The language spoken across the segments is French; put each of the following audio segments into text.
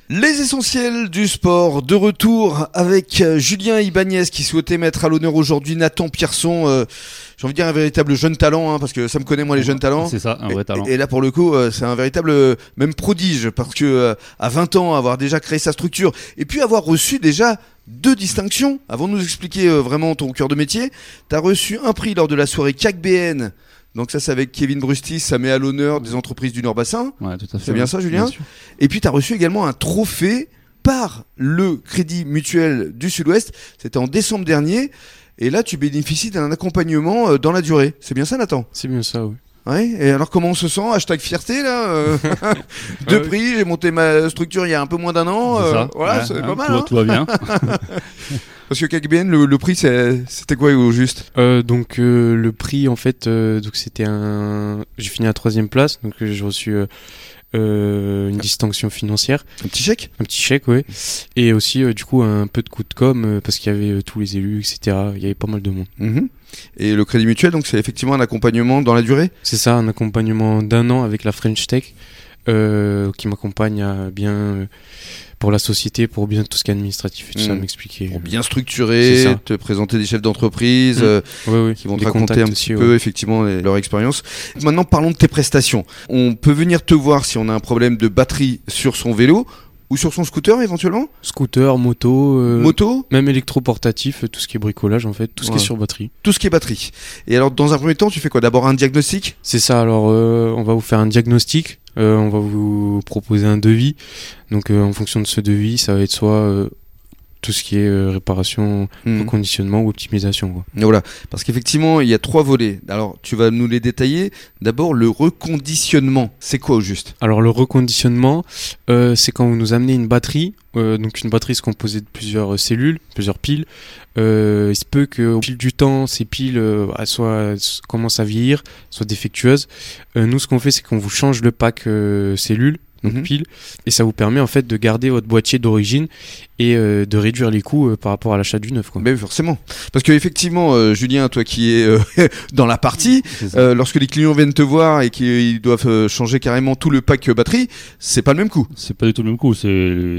Les essentiels du sport, de retour avec Julien Ibanez qui souhaitait mettre à l'honneur aujourd'hui Nathan Pierson, j'ai envie de dire un véritable jeune talent, parce que ça me connaît moi les jeunes talents. C'est ça, un vrai talent. Et là pour le coup, c'est un véritable même prodige, parce que à 20 ans, avoir déjà créé sa structure, et puis avoir reçu déjà 2 distinctions, avant de nous expliquer vraiment ton cœur de métier, t'as reçu un prix lors de la soirée CAC-BN. Donc ça c'est avec Kevin Brustis, ça met à l'honneur des entreprises du Nord-Bassin. Ouais, tout à fait. C'est bien ça, Julien ? Bien sûr. Et puis tu as reçu également un trophée par le Crédit Mutuel du Sud-Ouest. C'était en décembre dernier. Et là, tu bénéficies d'un accompagnement dans la durée. C'est bien ça, Nathan ? C'est bien ça, oui. Ouais. Et alors comment on se sent ? Hashtag fierté là. 2 prix, j'ai monté ma structure il y a un peu moins d'1 an. C'est ça. Voilà, Ouais, c'est pas mal. tout va bien. Parce que CAC-BN, le prix, c'était quoi au juste ? Donc le prix en fait, donc c'était j'ai fini à 3e place, donc j'ai reçu une distinction financière. Un petit chèque ? Un petit chèque, oui. Et aussi du coup un peu de coup de com parce qu'il y avait tous les élus, etc. Il y avait pas mal de monde. Mm-hmm. Et le Crédit Mutuel, donc c'est effectivement un accompagnement dans la durée ? C'est ça, un accompagnement d'1 an avec la French Tech qui m'accompagne à bien pour la société, pour bien tout ce qui est administratif et tout ça, m'expliquer. Pour bien structurer, te présenter des chefs d'entreprise oui. qui vont te raconter un petit peu effectivement leur expérience. Maintenant, parlons de tes prestations. On peut venir te voir si on a un problème de batterie sur son vélo ou sur son scooter éventuellement ? Scooter, moto, moto, même électroportatif, tout ce qui est bricolage en fait, tout ce qui est sur batterie. Tout ce qui est batterie. Et alors dans un premier temps, tu fais quoi ? D'abord un diagnostic ? C'est ça, alors on va vous faire un diagnostic, on va vous proposer un devis. Donc en fonction de ce devis, ça va être soit tout ce qui est réparation, reconditionnement ou optimisation, quoi. Voilà, parce qu'effectivement, il y a 3 volets. Alors, tu vas nous les détailler. D'abord, le reconditionnement, c'est quoi au juste ? Alors, le reconditionnement, c'est quand vous nous amenez une batterie. Donc, une batterie, c'est composée de plusieurs cellules, plusieurs piles. Il se peut qu'au fil du temps, ces piles soit commencent à vieillir, soient défectueuses. Nous, ce qu'on fait, c'est qu'on vous change le pack cellules. Donc pile, et ça vous permet en fait de garder votre boîtier d'origine et de réduire les coûts par rapport à l'achat du neuf, quoi. Mais forcément, parce que effectivement, Julien, toi qui es dans la partie, lorsque les clients viennent te voir et qu'ils doivent changer carrément tout le pack batterie, c'est pas le même coût. C'est pas du tout le même coût, c'est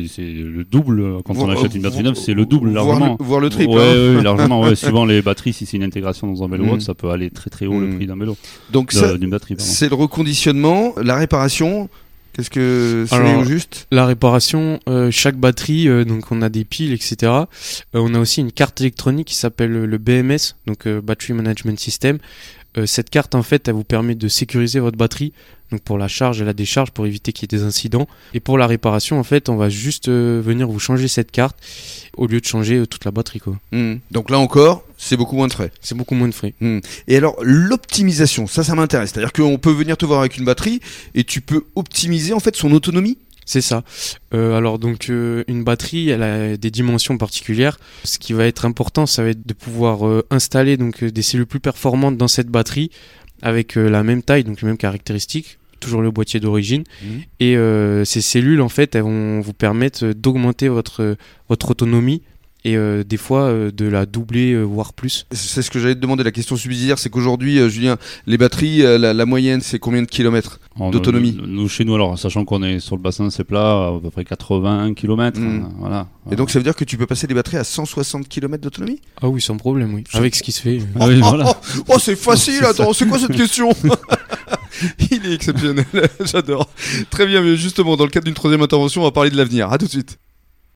le double quand on achète une batterie neuve, c'est le double largement. Voire le triple. Ouais, largement. Ouais, suivant les batteries, si c'est une intégration dans un vélo autre, ça peut aller très très haut le prix d'un vélo. Donc ça, d'une batterie. C'est le reconditionnement, la réparation. Qu'est-ce que c'est au juste ? La réparation, chaque batterie, donc on a des piles, etc. On a aussi une carte électronique qui s'appelle le BMS, donc Battery Management System. Cette carte, en fait, elle vous permet de sécuriser votre batterie, donc pour la charge et la décharge, pour éviter qu'il y ait des incidents. Et pour la réparation, en fait, on va juste venir vous changer cette carte au lieu de changer toute la batterie, quoi. Donc là encore, c'est beaucoup moins de frais. C'est beaucoup moins de frais. Et alors, l'optimisation, ça m'intéresse. C'est-à-dire qu'on peut venir te voir avec une batterie et tu peux optimiser en fait son autonomie ? C'est ça. Alors donc une batterie, elle a des dimensions particulières. Ce qui va être important, ça va être de pouvoir installer donc des cellules plus performantes dans cette batterie avec la même taille, donc les mêmes caractéristiques, toujours le boîtier d'origine. Et ces cellules en fait, elles vont vous permettre d'augmenter votre autonomie. Et des fois de la doubler voire plus. C'est ce que j'allais te demander, la question subsidiaire, c'est qu'aujourd'hui Julien, les batteries, la moyenne c'est combien de kilomètres d'autonomie ? Nous, chez nous, alors sachant qu'on est sur le bassin, c'est plat, à peu près 80 km. Voilà. Et donc ça veut dire que tu peux passer des batteries à 160 km d'autonomie ? Ah oui, sans problème, oui. Avec ce qui se fait. Oui, voilà. C'est facile, attends, c'est quoi cette question ? Il est exceptionnel, j'adore. Très bien, mais justement, dans le cadre d'une 3e intervention, on va parler de l'avenir. À tout de suite.